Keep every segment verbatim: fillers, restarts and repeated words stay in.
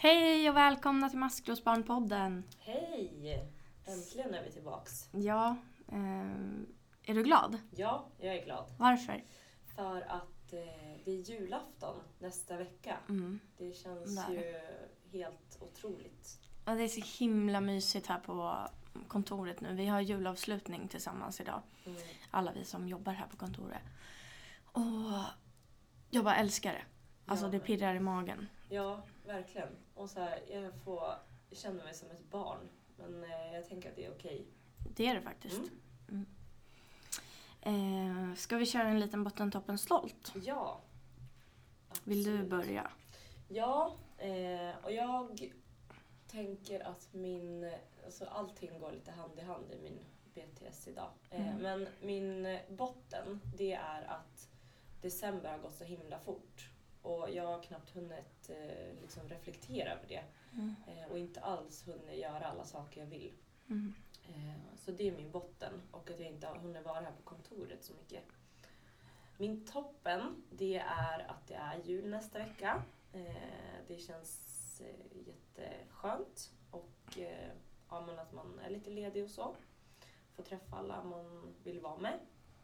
Hej och välkomna till Maskrosbarnpodden. Hej! Äntligen är vi tillbaks. Ja, eh, är du glad? Ja, jag är glad. Varför? För att eh, det är julafton nästa vecka. Mm. Det känns Där. ju helt otroligt. Ja, det är så himla mysigt här på kontoret nu. Vi har julavslutning tillsammans idag. Mm. Alla vi som jobbar här på kontoret. Och jag bara älskar det. Alltså Ja, det pirrar i magen. Ja, verkligen. Och så här, jag får känna mig som ett barn. Men eh, jag tänker att det är okej. Det är det faktiskt. Mm. Mm. Eh, ska vi köra en liten bottentoppen stolt? Ja. Vill du Absolut. börja? Ja, eh, och jag tänker att min, alltså allting går lite hand i hand i min B T S idag. Eh, Mm. Men min botten, det är att december har gått så himla fort. Och jag har knappt hunnit eh, liksom reflektera över det. Mm. Eh, och inte alls hunnit göra alla saker jag vill. Mm. Eh, så det är min botten. Och att jag inte har hunnit vara här på kontoret så mycket. Min toppen, det är att det är jul nästa vecka. Eh, det känns eh, jätteskönt. Och eh, ja, men att man är lite ledig och så. Får träffa alla man vill vara med.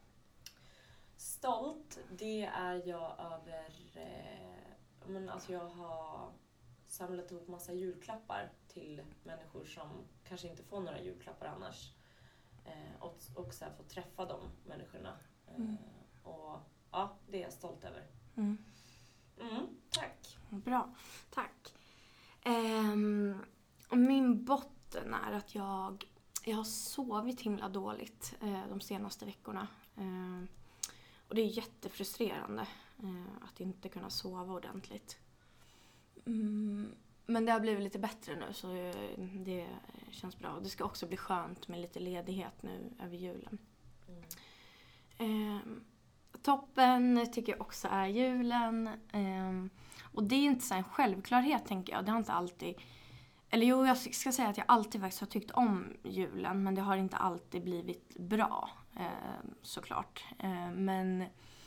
Stolt, det är jag över... Eh, men alltså jag har samlat ihop massa julklappar till människor som kanske inte får några julklappar annars. Eh, och och så här få träffa de människorna. Eh, Mm. Och ja, det är jag stolt över. Mm. Mm, tack. Bra, tack. Ehm, och min botten är att jag, jag har sovit himla dåligt eh, de senaste veckorna. Ehm, och det är jättefrustrerande eh, att inte kunna sova ordentligt. Mm, men det har blivit lite bättre nu så eh, det känns bra. Och det ska också bli skönt med lite ledighet nu över julen. Mm. Ehm, toppen tycker jag också är julen. Ehm, och det är inte så en självklarhet tänker jag. Det har inte alltid... Eller jo, jag ska säga att jag alltid faktiskt har tyckt om julen. Men det har inte alltid blivit bra. Ehm, såklart. Ehm, men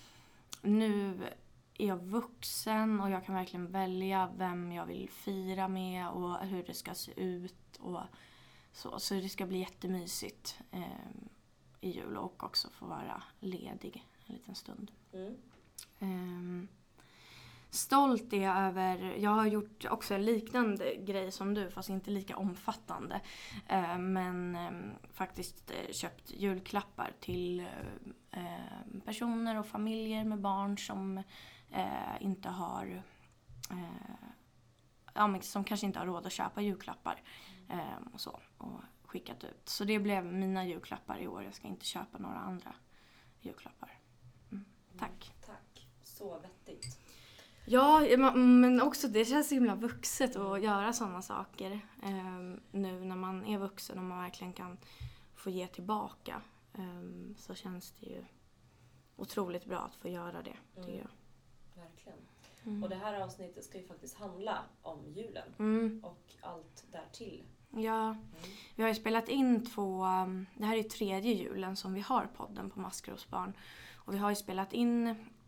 nu är jag vuxen och jag kan verkligen välja vem jag vill fira med. Och hur det ska se ut. Och så, så det ska bli jättemysigt ehm, i jul. Och också få vara ledig en liten stund. Mm. Um, stolt är jag över, jag har gjort också en liknande grej som du fast inte lika omfattande. Uh, men um, faktiskt uh, köpt julklappar till uh, personer och familjer med barn som uh, inte har uh, ja, men som kanske inte har råd att köpa julklappar um, och så och skickat ut. Så det blev mina julklappar i år. Jag ska inte köpa några andra julklappar. Tack. Tack. Så vettigt. Ja, men också det känns så himla vuxet att göra sådana saker eh, nu när man är vuxen och man verkligen kan få ge tillbaka. Eh, så känns det ju otroligt bra att få göra det, tycker Mm. jag. Verkligen. Mm. Och det här avsnittet ska ju faktiskt handla om julen. Mm. Och allt därtill. Ja, Mm. vi har ju spelat in två, um, det här är ju tredje julen som vi har podden på Maskrosbarn. Och vi har ju spelat in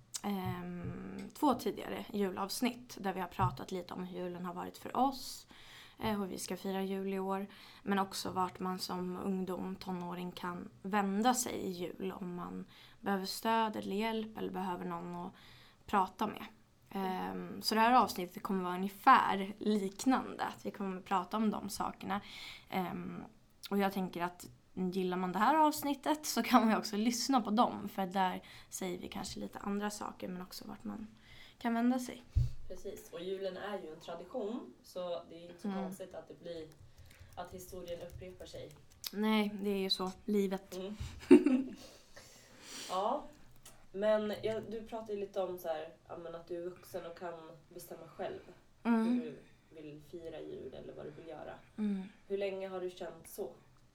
um, två tidigare julavsnitt där vi har pratat lite om hur julen har varit för oss. Eh, hur vi ska fira jul i år. Men också vart man som ungdom, tonåring kan vända sig i jul om man behöver stöd eller hjälp eller behöver någon att prata med. Um, så det här avsnittet kommer vara ungefär liknande. Att vi kommer att prata om de sakerna. Um, och jag tänker att gillar man det här avsnittet så kan man också lyssna på dem. För där säger vi kanske lite andra saker men också vart man kan vända sig. Precis, och julen är ju en tradition. Så det är inte så Mm. konstigt att det blir att historien upprepar sig. Nej, det är ju så. Livet. Mm. Ja, men ja, du pratade ju lite om så här, ja, men att du är vuxen och kan bestämma själv hur Mm. du vill fira jul eller vad du vill göra. Mm. Hur länge har du känt så?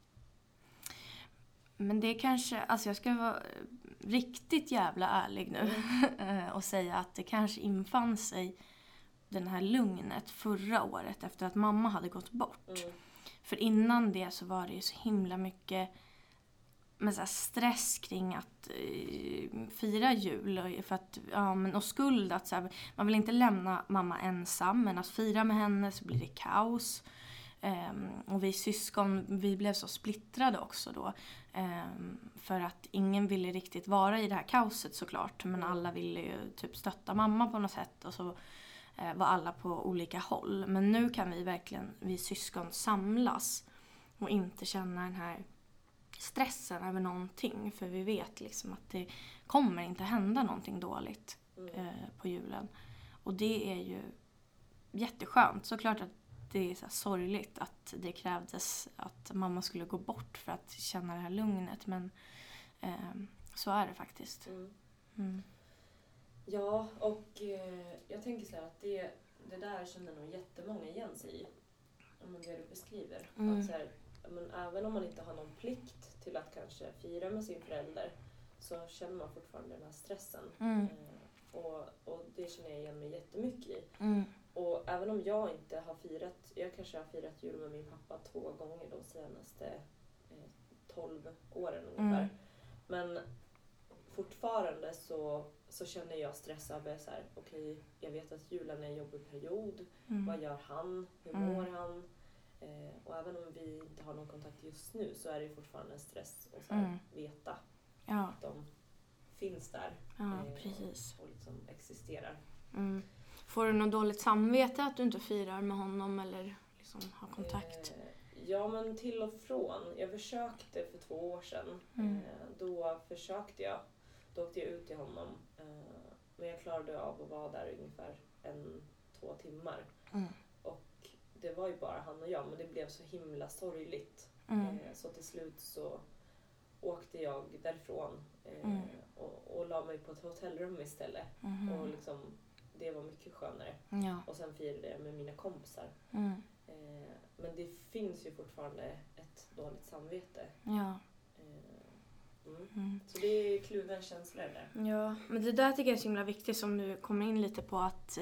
Men det är kanske, alltså jag ska vara riktigt jävla ärlig nu och säga att det kanske infann sig den här lugnet förra året efter att mamma hade gått bort. Mm. För innan det så var det ju så himla mycket med så här stress kring att eh, fira jul. För att, ja, men, och skuld. Att, så här, man vill inte lämna mamma ensam. Men att fira med henne så blir det kaos. Um, och vi syskon, vi blev så splittrade också då. Um, för att ingen ville riktigt vara i det här kaoset såklart. Men alla ville ju typ stötta mamma på något sätt. Och så uh, var alla på olika håll. Men nu kan vi verkligen, vi syskon, samlas. Och inte känna den här stressen över någonting. För vi vet liksom att det kommer inte hända någonting dåligt uh, på julen. Och det är ju jätteskönt. Såklart att det är så här sorgligt att det krävdes att mamma skulle gå bort för att känna det här lugnet. Men eh, så är det faktiskt. Mm. Mm. Ja, och eh, jag tänker så här att det, det där känner nog jättemånga igen sig i. Om det du beskriver. Mm. Att så här, men även om man inte har någon plikt till att kanske fira med sin förälder så känner man fortfarande den här stressen. Mm. Eh, och, och det känner jag igen mig jättemycket i. Mm. Och även om jag inte har firat, jag kanske har firat jul med min pappa två gånger de senaste eh, tolv åren ungefär. Mm. Men fortfarande så, så känner jag stress över så här, okej, okay, jag vet att julen är en jobbig period. Mm. Vad gör han? Hur Mm. mår han? Eh, och även om vi inte har någon kontakt just nu så är det fortfarande en stress att så här, Mm. veta Ja. att de finns där. Ja, eh, precis. Och, och liksom existerar. Mm. Får du något dåligt samvete att du inte firar med honom eller liksom har kontakt? Eh, ja, men till och från. Jag försökte för två år sedan. Mm. Eh, då försökte jag. Då åkte jag ut till honom. Eh, men jag klarade av att vara där ungefär en, två timmar. Mm. Och det var ju bara han och jag. Men det blev så himla sorgligt. Mm. Eh, så till slut så åkte jag därifrån. Eh, Mm. och, och la mig på ett hotellrum istället. Mm. Och liksom, det var mycket skönare. Ja. Och sen firade jag med mina kompisar. Mm. Eh, men det finns ju fortfarande ett dåligt samvete. Ja. Eh, mm. Mm. Så det är kluven känsla det där. Ja, men det där tycker jag är så himla viktigt som du kommer in lite på att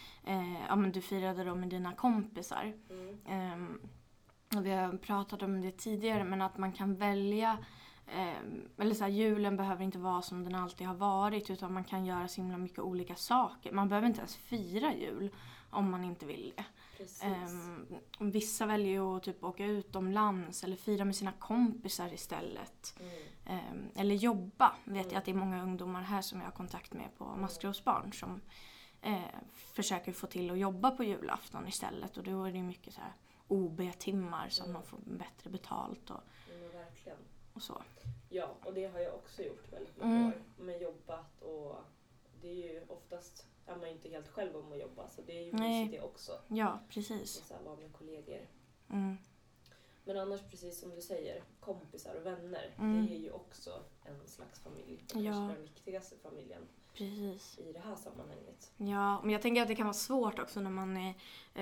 eh, ja, men du firade då med dina kompisar. Mm. Eh, och vi har pratat om det tidigare, men att man kan välja eh, eller så här, julen behöver inte vara som den alltid har varit, utan man kan göra så himla mycket olika saker. Man behöver inte ens fira jul om man inte vill det. Precis. Eh, vissa väljer ju att typ åka utomlands eller fira med sina kompisar istället. Mm. Eh, eller jobba. Vet Mm. jag att det är många ungdomar här som jag har kontakt med på Maskrosbarn som eh, försöker få till att jobba på julafton istället. Och då är det mycket så här O B-timmar som Mm. man får bättre betalt och, Mm, verkligen. och så. Ja, och det har jag också gjort väldigt många Mm. år. Med jobbat och det är ju oftast är man inte helt själv om att jobba. Så det är ju Nej. mysigt det också. Ja, precis. Så här, vara med kollegor. Mm. Men annars precis som du säger, kompisar och vänner. Mm. Det är ju också en slags familj. Och Ja. kanske den viktigaste familjen Precis. i det här sammanhanget. Ja, men jag tänker att det kan vara svårt också när man är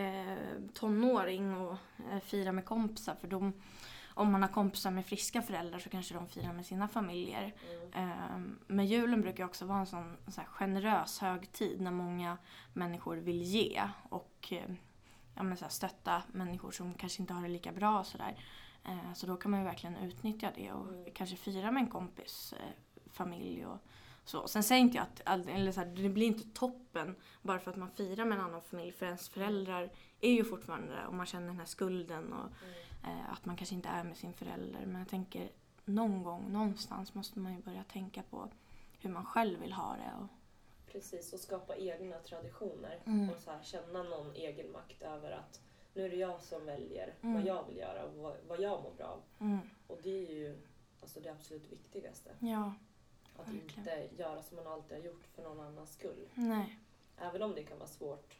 eh, tonåring och eh, firar med kompisar. För de, om man har kompisar med friska föräldrar så kanske de firar med sina familjer. Mm. Eh, men julen brukar också vara en sån en sån här generös högtid när många människor vill ge och eh, ja, men så här, stötta människor som kanske inte har det lika bra. Så, där. Eh, så då kan man ju verkligen utnyttja det och Mm. kanske fira med en kompis eh, familj och så. Sen säger inte jag att eller så här, det blir inte toppen bara för att man firar med en annan familj. För ens föräldrar är ju fortfarande där och man känner den här skulden och Mm. eh, att man kanske inte är med sin förälder. Men jag tänker någon gång, någonstans måste man ju börja tänka på hur man själv vill ha det. Och, Precis, och skapa egna traditioner. Mm. Och så här, känna någon egen makt över att nu är det jag som väljer Mm. vad jag vill göra och vad, vad jag mår bra av. mm, Och det är ju alltså, det absolut viktigaste. ja, Att verkligen. inte göra som man alltid har gjort för någon annans skull. nej. Även om det kan vara svårt.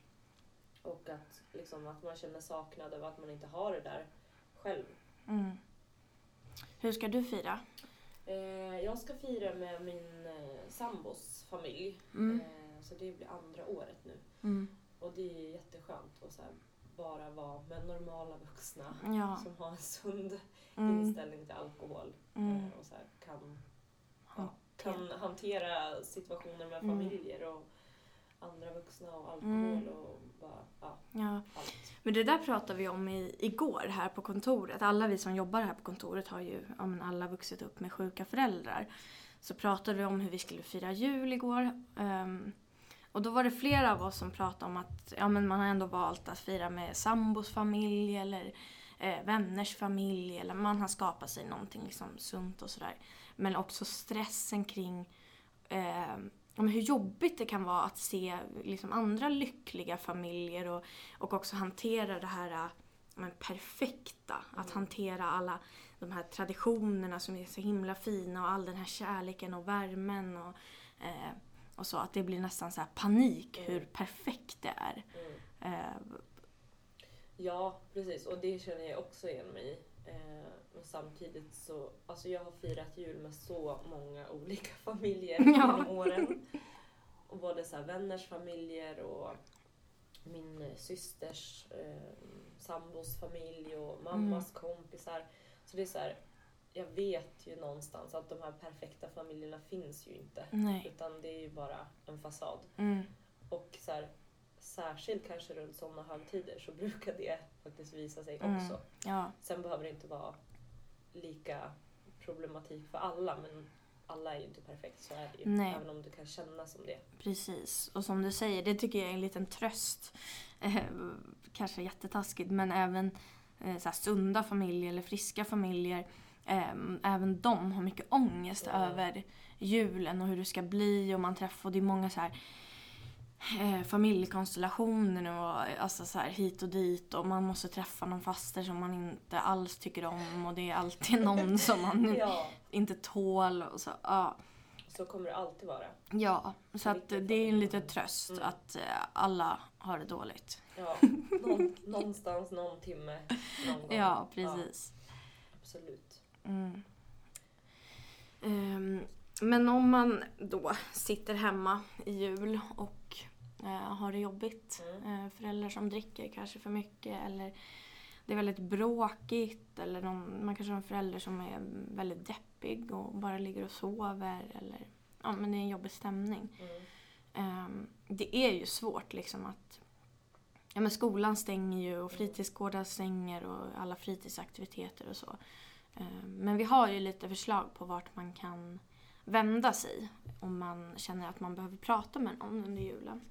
Och att, liksom, att man känner saknad över att man inte har det där själv. Mm. Hur ska du fira? Eh, jag ska fira med min eh, sambos familj. Mm. Eh, så det blir andra året nu. Mm. Och det är jätteskönt att så här, bara vara med normala vuxna. Ja. Som har en sund Mm. inställning till alkohol. Mm. Eh, och så här, kan, Ja. kan hantera situationer med Mm. familjer. Och andra vuxna och alkohol Mm. och bara, ja, Ja. allt. Men det där pratade vi om i, igår här på kontoret. Alla vi som jobbar här på kontoret har ju ja, men alla vuxit upp med sjuka föräldrar. Så pratade vi om hur vi skulle fira jul igår. Um, och då var det flera av oss som pratade om att ja, men man har ändå valt att fira med sambos familj eller eh, vänners familj. Eller man har skapat sig någonting liksom sunt och sådär. Men också stressen kring eh, om hur jobbigt det kan vara att se liksom andra lyckliga familjer och, och också hantera det här men, perfekta. Mm. Att hantera alla de här traditionerna som är så himla fina och all den här kärleken och värmen och, eh, och så. Att det blir nästan så här panik mm. hur perfekt det är. Mm. Eh, ja, precis. Och det känner jag också igen mig i. Eh, men samtidigt så, alltså jag har firat jul med så många olika familjer ja. genom åren. Och både så här vänners familjer och min systers eh, sambos familj och mammas mm. kompisar. Så det är så här, jag vet ju någonstans att de här perfekta familjerna finns ju inte. Nej. Utan det är ju bara en fasad. Mm. Och så här, särskilt kanske runt sådana högtider så brukar det faktiskt visa sig mm. också. Ja. Sen behöver det inte vara lika problematik för alla, men alla är ju inte perfekt, så är det ju. Nej. Även om du kan känna som det. Precis, och som du säger, det tycker jag är en liten tröst. Eh, kanske jättetaskigt, men även eh, så här, sunda familjer eller friska familjer, eh, även de har mycket ångest mm. över julen och hur det ska bli, och man träffar, och det är många så här eh, familjekonstellationer och alltså så här hit och dit, och man måste träffa någon faster som man inte alls tycker om, och det är alltid någon som man ja. inte tål och så, ja. Så kommer det alltid vara. Ja, så att det är en liten tröst mm. att alla har det dåligt. Ja, någon, någonstans någon timme någon gång. Ja, precis. Ja, absolut. Mm. Um, men om man då sitter hemma i jul och uh, har det jobbigt, mm. uh, föräldrar som dricker kanske för mycket, eller det är väldigt bråkigt, eller någon, man kanske har en förälder som är väldigt deppig och bara ligger och sover, eller ja, men det är en jobbig stämning. Mm. Um, det är ju svårt liksom att ja, men skolan stänger ju och fritidsgårdar stänger och alla fritidsaktiviteter och så. Um, men vi har ju lite förslag på vart man kan vända sig om man känner att man behöver prata med någon under julen.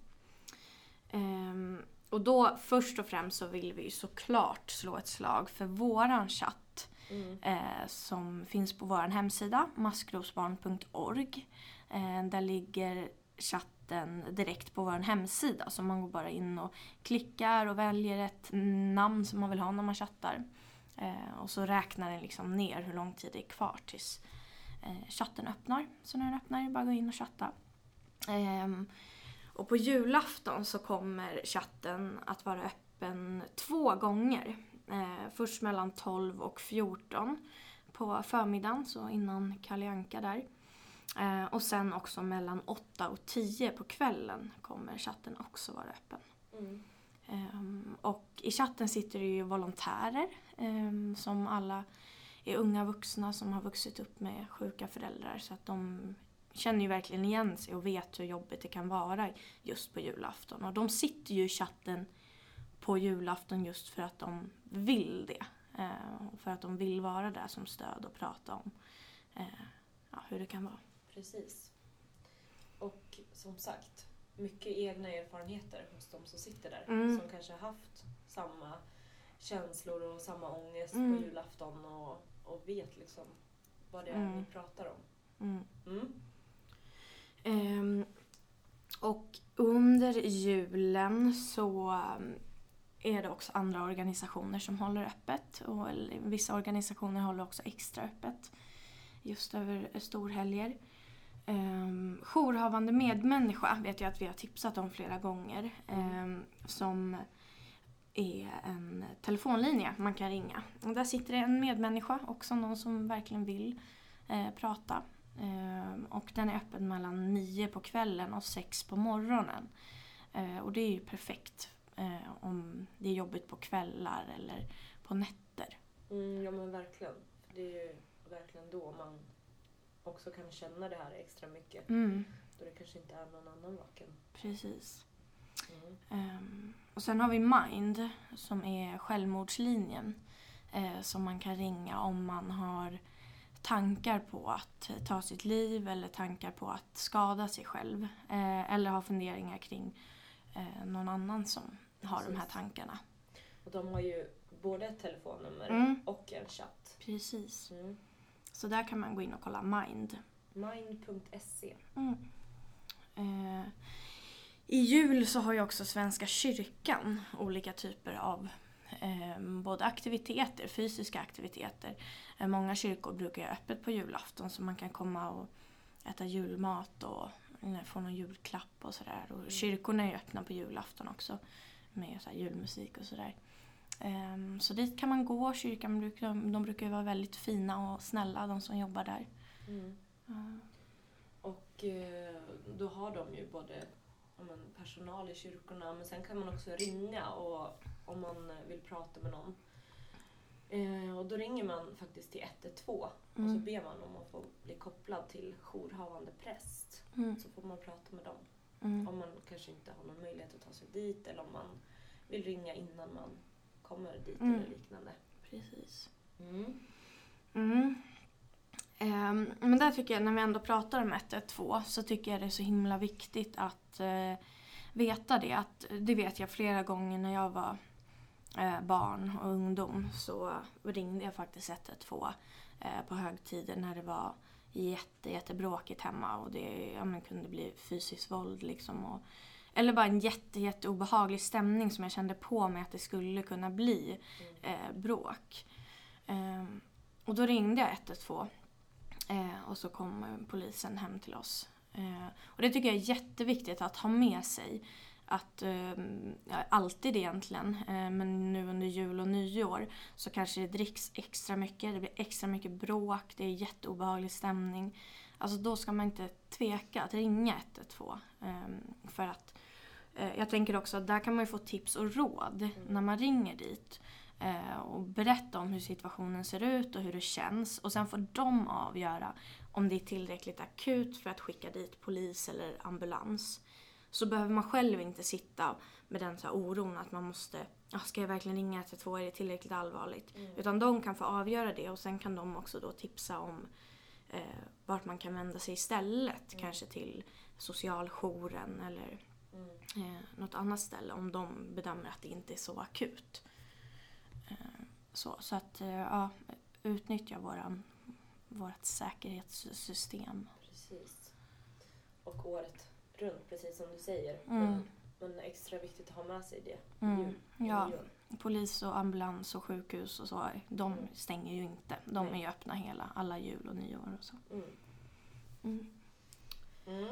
Um, och då först och främst så vill vi ju såklart slå ett slag för våran chatt. Mm. Eh, som finns på vår hemsida maskrosbarn punkt org. Eh, där ligger chatten direkt på vår hemsida, så man går bara in och klickar och väljer ett namn som man vill ha när man chattar. Eh, och så räknar den liksom ner hur lång tid det är kvar tills eh, chatten öppnar. Så när den öppnar är det bara att gå in och chatta. Eh, och på julafton så kommer chatten att vara öppen två gånger. Eh, först mellan tolv och fjorton på förmiddagen, så innan Kalle Anka där. Eh, och sen också mellan åtta och tio på kvällen kommer chatten också vara öppen. Mm. Eh, och i chatten sitter det ju volontärer eh, som alla är unga vuxna som har vuxit upp med sjuka föräldrar, så att de känner ju verkligen igen sig och vet hur jobbigt det kan vara just på julafton. Och de sitter ju i chatten på julafton just för att de vill det. Eh, för att de vill vara där som stöd och prata om eh, ja, hur det kan vara. Precis. Och som sagt, mycket egna erfarenheter hos de som sitter där. Mm. Som kanske har haft samma känslor och samma ångest mm. på julafton och, och vet liksom vad det är mm. vi pratar om. Mm. Mm. Um, och under julen så är det också andra organisationer som håller öppet, och vissa organisationer håller också extra öppet just över storhelger. Um, jourhavande medmänniska vet jag att vi har tipsat om flera gånger, um, som är en telefonlinje man kan ringa. Och där sitter det en medmänniska, också någon som verkligen vill eh, prata. Um, och den är öppen mellan nio på kvällen och sex på morgonen. Uh, och det är ju perfekt uh, om det är jobbigt på kvällar eller på nätter. Mm, ja men verkligen. Det är ju verkligen då man också kan känna det här extra mycket. Mm. då det kanske inte är någon annan vaken. Precis. Mm. Um, och sen har vi Mind som är självmordslinjen eh, som man kan ringa om man har tankar på att ta sitt liv eller tankar på att skada sig själv. Eh, eller har funderingar kring eh, någon annan som har Precis. De här tankarna. Och de har ju både ett telefonnummer mm. och en chatt. Precis. Mm. Så där kan man gå in och kolla Mind. Mind punkt se. Mm. Eh, I jul så har ju också Svenska kyrkan olika typer av eh, både aktiviteter, fysiska aktiviteter. Eh, många kyrkor brukar ha öppet på julafton så man kan komma och äta julmat och eller, få någon julklapp och sådär. Och mm. kyrkorna är ju öppna på julafton också med så här, julmusik och sådär. Um, så dit kan man gå. Kyrkan brukar, de brukar ju vara väldigt fina och snälla, de som jobbar där. Mm. Uh. Och eh, då har de ju både men, personal i kyrkorna, men sen kan man också ringa och, om man vill prata med någon. Eh, och då ringer man faktiskt till ett ett två mm. och så ber man om att få bli kopplad till jourhavande präst. Mm. Så får man prata med dem. Mm. Om man kanske inte har någon möjlighet att ta sig dit eller om man vill ringa innan man kommer dit mm. eller liknande. Precis. Mm. Mm. Um, men där tycker jag, när vi ändå pratar om ett ett två så tycker jag det är så himla viktigt att uh, veta det. Att, det vet jag flera gånger när jag var uh, barn och ungdom så ringde jag faktiskt ett ett två uh, på högtider när det var jätte, jättebråkigt hemma och det ja, men kunde bli fysiskt våld liksom och eller bara en jätte, jätte obehaglig stämning som jag kände på mig att det skulle kunna bli eh, bråk. Eh, och då ringde jag ett ett två eh, och så kom polisen hem till oss. Eh, och det tycker jag är jätteviktigt att ha med sig. Att eh, ja, alltid egentligen, eh, men nu under jul och nyår så kanske det dricks extra mycket, det blir extra mycket bråk, det är jätteobehaglig stämning. Alltså då ska man inte tveka att ringa ett ett två eh, för att jag tänker också att där kan man ju få tips och råd mm. när man ringer dit. Eh, och berätta om hur situationen ser ut och hur det känns. Och sen får de avgöra om det är tillräckligt akut för att skicka dit polis eller ambulans. Så behöver man själv inte sitta med den så här oron att man måste, ah, ska jag verkligen ringa ett ett två, är det tillräckligt allvarligt? Mm. Utan de kan få avgöra det och sen kan de också då tipsa om eh, vart man kan vända sig istället. Mm. Kanske till socialjouren eller Mm. Eh, något annat ställe om de bedömer att det inte är så akut. Eh, så, så att eh, ja, utnyttja våran, vårt säkerhetssystem. Precis. Och året runt, precis som du säger. Mm. Men, men extra viktigt att ha med sig det. Mm. Jul, ja, jul. Polis och ambulans och sjukhus och så, de mm. stänger ju inte. De Nej. är ju öppna hela, alla jul och nyår och så. Mm. Mm. Mm.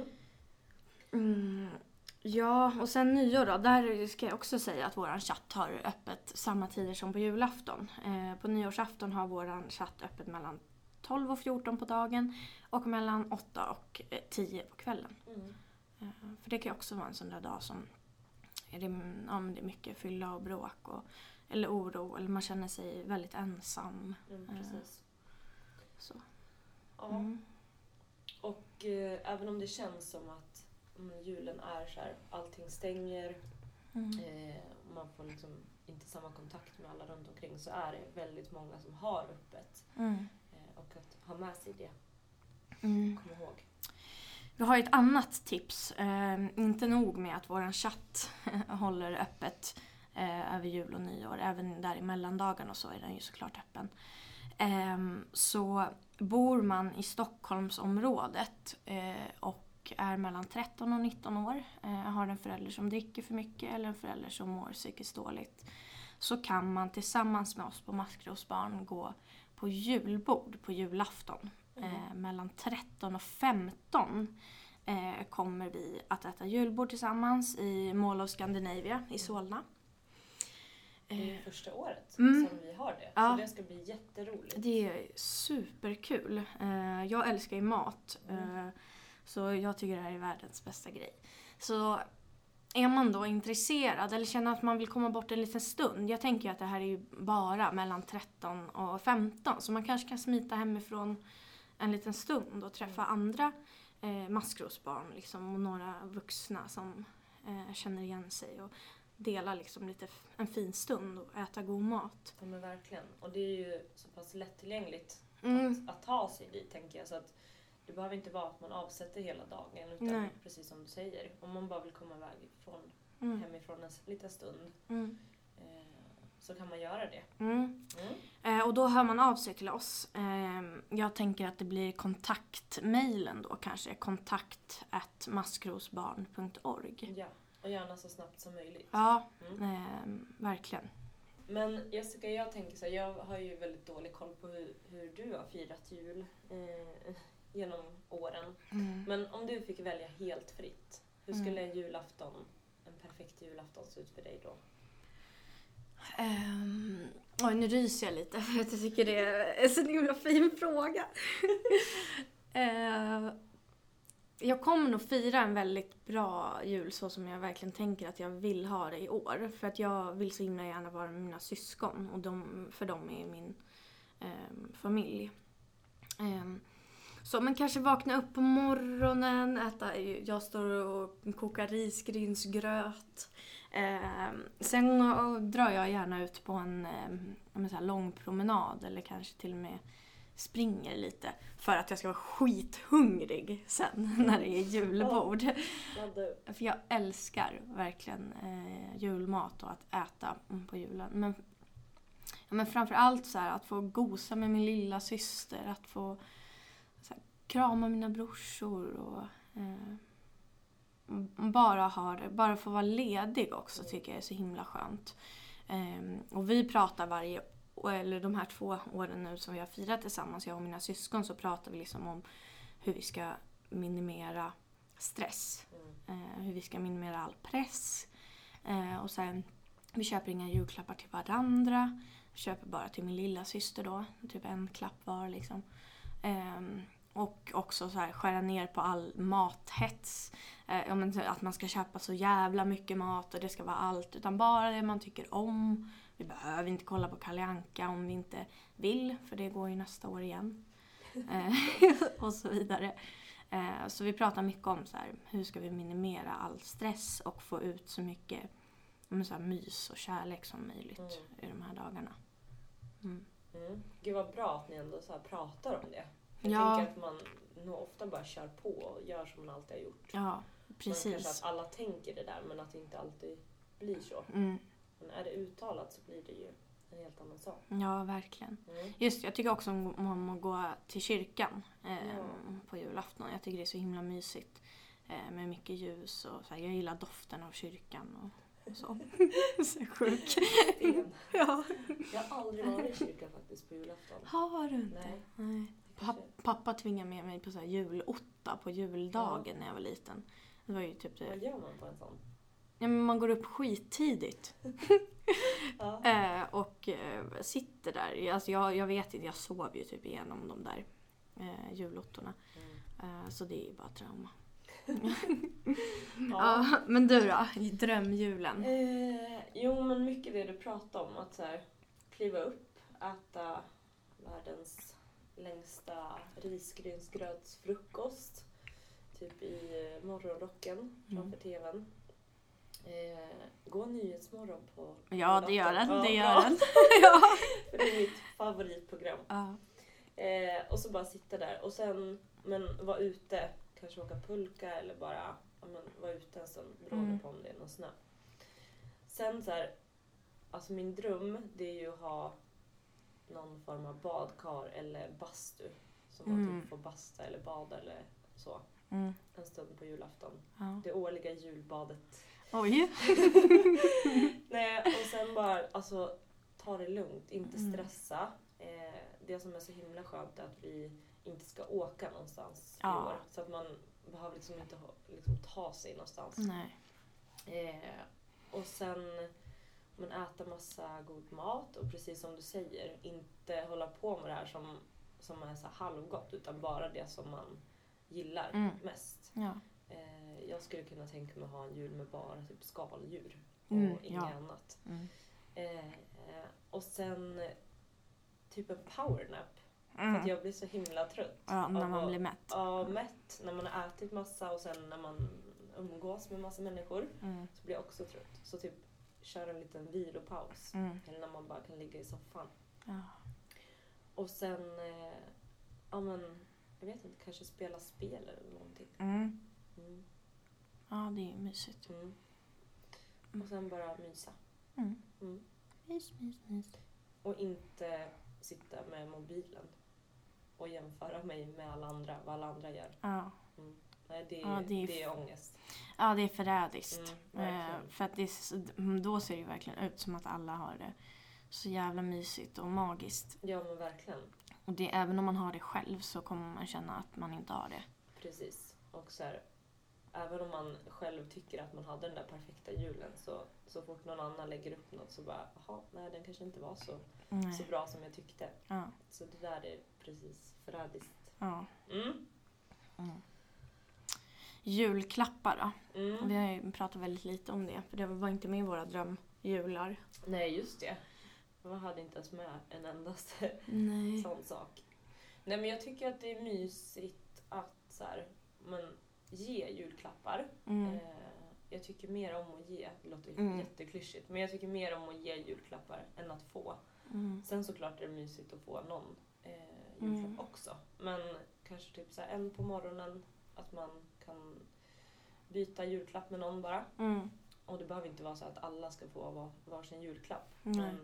Mm. Ja, och sen nyår då. Där ska jag också säga att våran chatt har öppet samma tider som på julafton. Eh, på nyårsafton har våran chatt öppet mellan tolv och fjorton på dagen och mellan åtta och tio på kvällen. Mm. Eh, för det kan också vara en sån där dag som är det, ja, det är mycket fylla och bråk och, eller oro eller man känner sig väldigt ensam. Mm, precis. Eh, så. Ja. Mm. Och eh, även om det känns som att Mm, julen är så här, allting stänger mm. eh, man får liksom inte samma kontakt med alla runt omkring så är det väldigt många som har öppet mm. eh, och att ha med sig det mm. kom ihåg. Vi har ett annat tips, eh, inte nog med att våran chatt håller öppet eh, över jul och nyår, även där i mellandagarna och så är den ju såklart öppen. Eh, så bor man i Stockholmsområdet eh, och är mellan tretton och nitton år, eh, har en förälder som dricker för mycket eller en förälder som mår psykiskt dåligt, så kan man tillsammans med oss på Maskrosbarn gå på julbord på julafton. Mm. Eh, mellan tretton och femton eh, kommer vi att äta julbord tillsammans i Mall of Scandinavia i Solna. Det är första året mm. som vi har det. Ja. Så det ska bli jätteroligt. Det är superkul. Eh, jag älskar ju mat. Mm. Eh, Så jag tycker det här är världens bästa grej. Så är man då intresserad eller känner att man vill komma bort en liten stund. Jag tänker att det här är ju bara mellan tretton och femton. Så man kanske kan smita hemifrån en liten stund och träffa mm. andra eh, maskrosbarn liksom, och några vuxna som eh, känner igen sig och dela liksom lite f- en fin stund och äta god mat. Ja men verkligen. Och det är ju så pass lättillgängligt Mm. att, att ta sig dit tänker jag. Så att det behöver inte vara att man avsätter hela dagen. Utan Nej. precis som du säger. Om man bara vill komma iväg från, Mm. hemifrån en liten stund. Mm. Eh, så kan man göra det. Mm. Mm. Eh, och då hör man av sig till oss. Eh, jag tänker att det blir kontaktmailen då kanske. Kontakt at maskrosbarn punkt org. Ja, och gärna så snabbt som möjligt. Ja, Mm. eh, verkligen. Men Jessica, jag tänker så här, jag har ju väldigt dålig koll på hur, hur du har firat jul eh, genom åren. Mm. Men om du fick välja helt fritt, hur skulle en julafton, en perfekt julafton se ut för dig då? Um, oj, nu ryser jag lite för att jag tycker det är en så himla fin fråga. uh, jag kommer nog fira en väldigt bra jul så som jag verkligen tänker att jag vill ha det i år. För att jag vill så himla gärna vara med mina syskon och de, för dem är min um, familj. Um, Så men kanske vakna upp på morgonen, äta, jag står och kokar risgrynsgröt. Eh, sen drar jag gärna ut på en eh, så här lång promenad eller kanske till och med springer lite. För att jag ska vara skithungrig sen när det är julbord. För jag älskar verkligen eh, julmat och att äta på julen. Men, ja, men framförallt så här, att få gosa med min lilla syster, att få krama mina brorsor och eh, bara ha det, bara få vara ledig också tycker jag är så himla skönt. Eh, och vi pratar varje eller de här två åren nu som vi har firat tillsammans, jag och mina syskon, så pratar vi liksom om hur vi ska minimera stress. Eh, hur vi ska minimera all press. Eh, och sen, vi köper inga julklappar till varandra. Vi köper bara till min lilla syster då, typ en klapp var liksom. Eh, Och också så här, skära ner på all mathets. Eh, att man ska köpa så jävla mycket mat och det ska vara allt. Utan bara det man tycker om. Vi behöver inte kolla på Kalle Anka om vi inte vill. För det går ju nästa år igen. Eh, och så vidare. Eh, så vi pratar mycket om så här, hur ska vi minimera all stress och få ut så mycket så här, mys och kärlek som möjligt mm. i de här dagarna. Mm. Mm. Gud vad bra att ni ändå så här pratar om det. Jag ja. tänker att man nog ofta bara kör på och gör som man alltid har gjort. Ja, precis. Man kanske att alla tänker det där men att det inte alltid blir så. Mm. Men är det uttalat så blir det ju en helt annan sak. Ja, verkligen. Mm. Just jag tycker också om, om att gå till kyrkan eh, ja. på julafton. Jag tycker det är så himla mysigt eh, med mycket ljus. Och så här, jag gillar doften av kyrkan och, och så. Så sjuk. ja. Jag har aldrig varit i kyrkan faktiskt på julafton. Har du inte? Nej. Nej. Pa- pappa tvingade med mig på så här julotta på juldagen ja. när jag var liten. Det var ju typ det. Vad gör man på en sån? Ja, men man går upp skittidigt. ja. eh, och eh, sitter där. Alltså jag, jag vet inte, jag sov ju typ igenom de där eh, julottorna. Mm. Eh, så det är ju bara trauma. ja. ja, men du då? Drömjulen? Eh, jo, men mycket det du pratar om. Att så här, kliva upp, äta världens längsta risgrynsgrötsfrukost. Typ i morgonrocken framför mm. tvn. Eh, gå nyhetsmorgon på ja det gör den, ja, det gör ja. den. ja. För det är mitt favoritprogram. Ja. Eh, och så bara sitta där och sen men vara ute, kanske åka pulka eller bara ja, men, vara ute en stund beroende mm. på om det är någon snö. Sen så här, alltså min dröm det är ju att ha någon form av badkar eller bastu som man mm. typ får basta eller bada eller så. Mm. En stund på julafton. Ja. Det årliga julbadet. Oj. Nej, och sen bara alltså, ta det lugnt, inte stressa. Mm. Eh, det som är så himla skönt är att vi inte ska åka någonstans ja. i år. Så att man behöver liksom inte ha, liksom, ta sig någonstans. Nej. Eh, och sen men äta massa god mat och precis som du säger, inte hålla på med det här som, som är så halvgott utan bara det som man gillar mm. mest. Ja. Eh, jag skulle kunna tänka mig att ha en jul med bara typ skaldjur och mm, inget ja. annat. Mm. Eh, och sen typ en powernap. Mm. För att jag blir så himla trött. Ja, när man att, blir mätt. Ja, mätt. När man har ätit massa och sen när man umgås med massa människor Mm. så blir jag också trött. Så typ kör en liten vilopaus. Mm. Eller när man bara kan ligga i soffan. Ja. Och sen, eh, ja men, jag vet inte, kanske spela spel eller någonting. Mm. Mm. Ja, det är mysigt. Mm. Och sen bara mysa. Mm. Mm. Mys, mys, mys. Och inte sitta med mobilen och jämföra mig med alla andra, vad alla andra gör. Ja. Mm. Nej, det, Ja, det är det är f- ångest. Ja, det är förrädiskt. Mm, eh, verkligen. för att det är, så- då ser det ju verkligen ut som att alla har det så jävla mysigt och magiskt. Ja, men verkligen. Och det, även om man har det själv så kommer man känna att man inte har det. Precis. Och så här, även om man själv tycker att man hade den där perfekta julen så, så fort någon annan lägger upp något så bara, jaha, nej den kanske inte var så, Nej. så bra som jag tyckte. Ja, Så det där är precis förrädiskt. ja. Mm. Mm. Julklappar då? Mm. Vi har ju pratat väldigt lite om det. För det var inte med i våra drömjular. Nej, just det. Jag hade inte ens med en endaste Nej. sån sak. Nej, men jag tycker att det är mysigt att så här, men, ge julklappar. Mm. Eh, jag tycker mer om att ge. Det låter Mm. jätteklyschigt. Men jag tycker mer om att ge julklappar än att få. Mm. Sen såklart är det mysigt att få någon eh, julklapp Mm. också. Men kanske typ så här en på morgonen. Att man kan byta julklapp med någon bara. Mm. Och det behöver inte vara så att alla ska få var, varsin julklapp. Nej. Men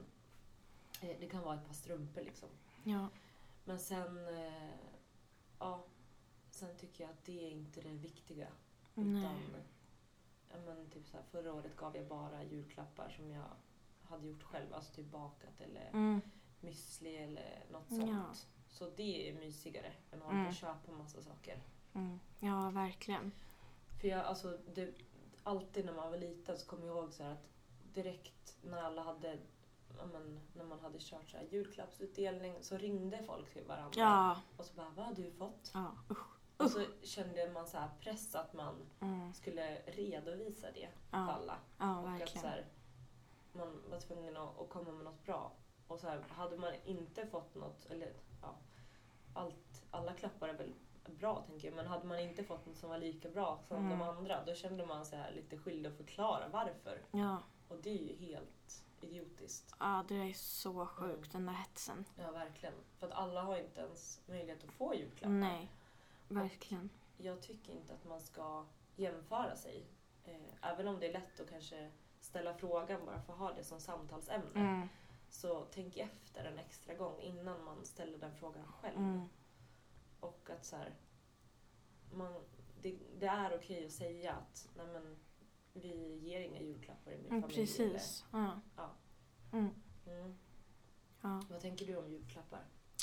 eh, det kan vara ett par strumpor liksom. Ja. Men sen, eh, ja, sen tycker jag att det är inte det viktiga. Nej. Utan, ja, men typ så här, förra året gav jag bara julklappar som jag hade gjort själv. Alltså typ bakat eller Mm. müsli eller något Ja. sånt. Så det är mysigare än att hålla på Mm. och köpa massa saker. Mm. Ja, verkligen. För jag, alltså, det, alltid när man var liten så kommer jag ihåg så här att direkt när alla hade, ja, men, när man hade kört så här julklappsutdelning så ringde folk till varandra. Ja. Och så bara, vad har du fått? Ja. Usch. Och så kände man så här press att man Mm. skulle redovisa det för Ja. alla. Ja, Och att så verkligen. här, man var tvungen att, att komma med något bra. Och så här, hade man inte fått något, eller ja, allt, alla klappar är väl bra tänker jag. Men hade man inte fått något som var lika bra som Mm. de andra, då kände man sig här lite skyldig att förklara varför. Ja. Och det är ju helt idiotiskt. Ja, det är så sjukt, den där hetsen. Ja, verkligen. För att alla har inte ens möjlighet att få julklappar. Nej, verkligen. Jag tycker inte att man ska jämföra sig. Eh, även om det är lätt att kanske ställa frågan bara för att ha det som samtalsämne. Mm. Så tänk efter en extra gång innan man ställer den frågan själv. Mm. Och att så här, man, det, det är okej att säga att nej men, vi ger inga julklappar i min Mm, familj. precis. Ja. Ja. Mm. Eller, mm. Ja. Vad tänker du om julklappar?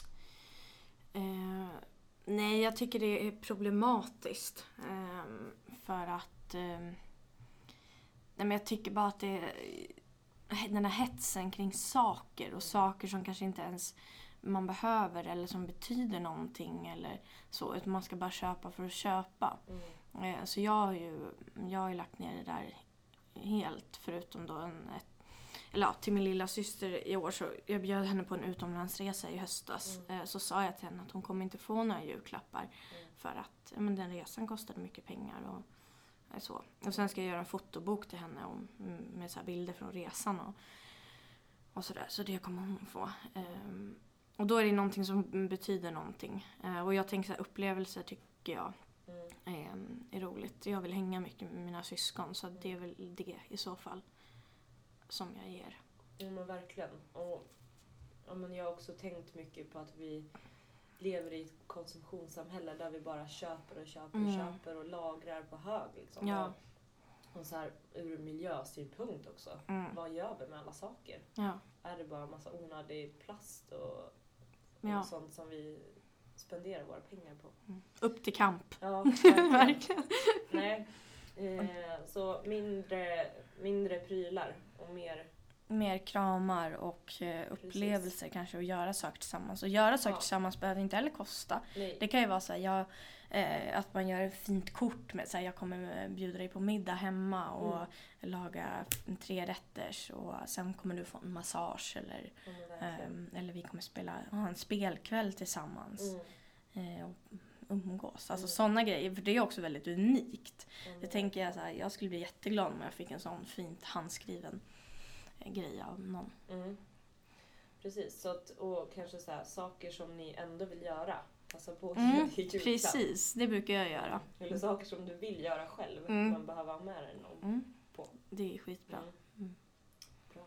Eh, nej, jag tycker det är problematiskt. Eh, för att... Eh, nej, men jag tycker bara att det är den här hetsen kring saker och saker som kanske inte ens man behöver eller som betyder någonting eller så. Utan man ska bara köpa för att köpa. Mm. Eh, så jag har ju jag har ju lagt ner det där helt, förutom då en, ett, eller ja, till min lilla syster i år, så jag bjöd henne på en utomlandsresa i höstas. Mm. Eh, så sa jag till henne att hon kommer inte få några julklappar Mm. för att ja, men den resan kostade mycket pengar och eh, så. Och sen ska jag göra en fotobok till henne om, med så här bilder från resan och, och sådär. Så det kommer hon få. Eh, och då är det någonting som betyder någonting. Eh, och jag tänker så här, upplevelser tycker jag Mm. är, är roligt. Jag vill hänga mycket med mina syskon, så det är väl det i så fall som jag ger. Ja, men verkligen. Och, ja, men jag har också tänkt mycket på att vi lever i ett konsumtionssamhälle där vi bara köper och köper och Mm. köper och lagrar på hög. Liksom. Ja. Och, och så här, ur miljösynpunkt också. Mm. Vad gör vi med alla saker? Ja. Är det bara en massa onödig plast och, och Ja. sånt som vi spenderar våra pengar på? Mm. Upp till kamp. Ja, verkligen. Verkligen. Nej. Eh, så mindre, mindre prylar och mer mer kramar och eh, upplevelser. Precis. Kanske att göra saker tillsammans. Och göra saker ja. tillsammans behöver inte heller kosta. Nej. Det kan ju vara så här, jag, eh, att man gör ett fint kort med så här, jag kommer bjuda dig på middag hemma och mm. laga tre rätters och sen kommer du få en massage eller, mm, eh, eller vi kommer spela ha en spelkväll tillsammans mm. eh, och umgås. Alltså mm. sådana grejer, för det är också väldigt unikt. Mm. Det tänker jag så här, jag skulle bli jätteglad om jag fick en sån fint handskriven grej av någon. Mm. Precis, så att, och kanske så här, saker som ni ändå vill göra. Alltså på mm, precis, det brukar jag göra. Eller saker som du vill göra själv. Mm. Man behöver ha med dig någon mm. på. Det är skitbra. Mm. Mm. Bra.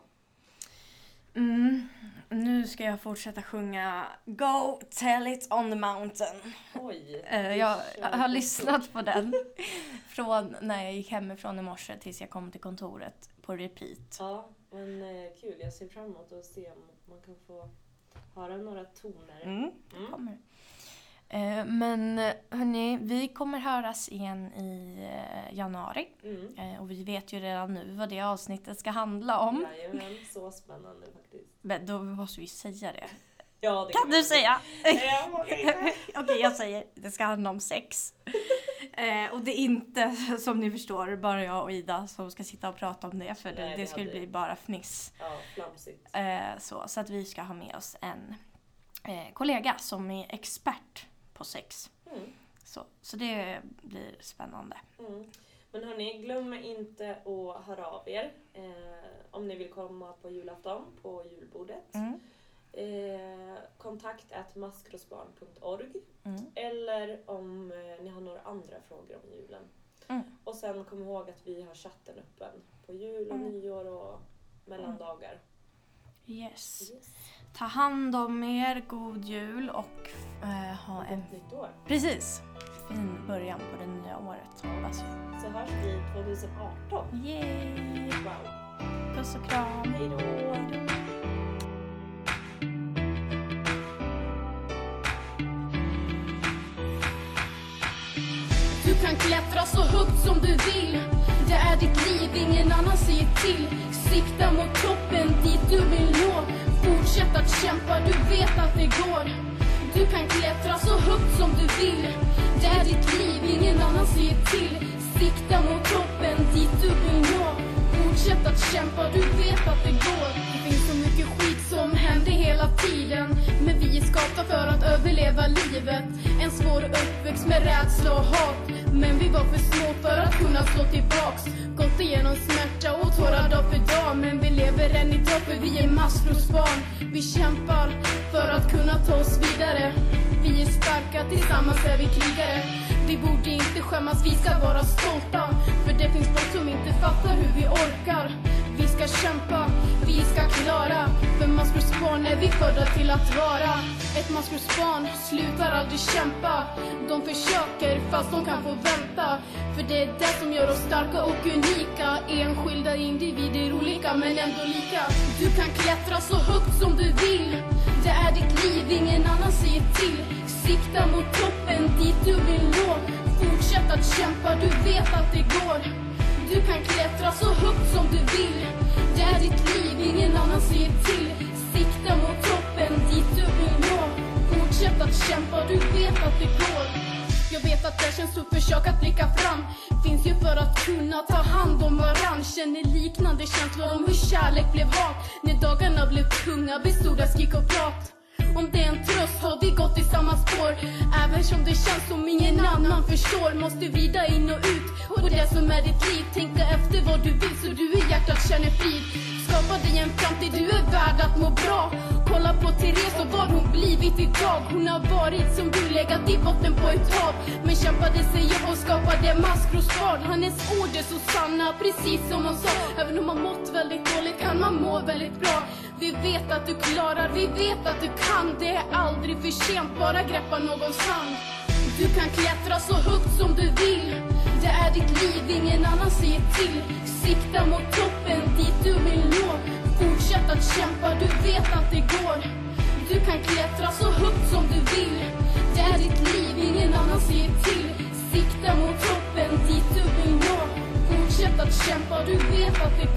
Mm. Nu ska jag fortsätta sjunga Go Tell It On The Mountain. Oj. Uh, jag har lyssnat på den från när jag gick hemifrån i morse tills jag kom till kontoret på repeat. Ja, men eh, kul. Jag ser fram emot att se om man kan få höra några toner. Mm, mm. kommer. Uh, men hörni, vi kommer höras igen i uh, januari. Mm. Uh, och vi vet ju redan nu vad det avsnittet ska handla om. Jajamän, så spännande faktiskt. Men då måste vi säga det. Ja, det kan, kan du säga? Ja, Okej, okay, jag säger det ska handla om sex. Eh, och det är inte, som ni förstår, bara jag och Ida som ska sitta och prata om det. För Nej, det, det, det skulle hade... bli bara fniss. Ja, flamsigt. Eh, så, så att vi ska ha med oss en eh, kollega som är expert på sex. Mm. Så, så det blir spännande. Mm. Men hörni, glöm inte att höra av er. Eh, om ni vill komma på julafton på julbordet. Mm. Eh, kontakt at maskrosbarn punkt org mm. eller om eh, ni har några andra frågor om julen. Mm. Och sen kom ihåg att vi har chatten öppen på jul och mm. nyår och mellandagar. Yes. yes. Ta hand om er, god jul och eh, ha en... nytt år. Precis. Fin början på det nya året. Hoppas vi. Så hörs vi tjugoarton. Yay! Wow. Puss och kram. Hej då! Du kan klättra så högt som du vill. Det är ditt liv, ingen annan säger till. Sikta mot toppen, dit du vill nå. Fortsätt att kämpa, du vet att det går. Du kan klättra så högt som du vill. Det är ditt liv, ingen annan säger till. Sikta mot toppen, dit du vill nå. Fortsätt att kämpa, du vet att det går. Det finns så mycket skit som händer hela tiden. Men vi är skapta för att överleva livet. En svår uppväxt med rädsla och hat. Men vi var för små för att kunna slå tillbaks. Gått igenom smärta och tårar dag för dag. Men vi lever än idag för vi är maskrosbarn. Vi kämpar för att kunna ta oss vidare. Vi är starka, tillsammans är vi krigare. Vi borde inte skämmas, vi ska vara stolta. För det finns folk som inte fattar hur vi orkar. Vi ska kämpa, vi ska klara. För maskrosbarn är vi födda till att vara. Ett maskrosbarn slutar aldrig kämpa. De försöker fast de kan få vänta. För det är det som gör oss starka och unika. Enskilda individer olika men ändå lika. Du kan klättra så högt som du vill. Det är ditt liv, ingen annan säger till. Sikta mot toppen, dit du vill nå. Fortsätt att kämpa, du vet att det går. Du kan klättra så högt som du vill. Det är ditt liv, ingen annan säger till. Sikta mot toppen, dit du vill nå. Fortsätt att kämpa, du vet att det går. Jag vet att det känns tufft, försök att blicka fram. Finns ju för att kunna ta hand om varann. Känner liknande känslor om hur kärlek blev hat. När dagarna blev tunga bestod av skrik och prat. Om det är en tröst har vi gått i samma spår. Även som det känns som ingen annan förstår. Måste vrida in och ut på det som är ditt liv. Tänk dig efter vad du vill så du i hjärtat känner frid. Skapa dig en framtid, du är värd att må bra. Kolla på Therese och vad hon blivit idag. Hon har varit som du, legat i botten på ett hav. Men kämpade sig upp och skapade maskrosbarn. Hennes ord är så sanna, precis som hon sa. Även om man mått väldigt dåligt kan man må väldigt bra. Vi vet att du klarar, vi vet att du kan. Det är aldrig för sent, bara greppa någons hand. Du kan klättra så högt som du vill. Det är ditt liv, ingen annan säger till. Sikta mot toppen, dit du vill nå. Fortsätt att kämpa, du vet att det går. Du kan klättra så högt som du vill. Det är ditt liv, ingen annan säger till. Sikta mot toppen, dit du vill nå. Fortsätt att kämpa, du vet att det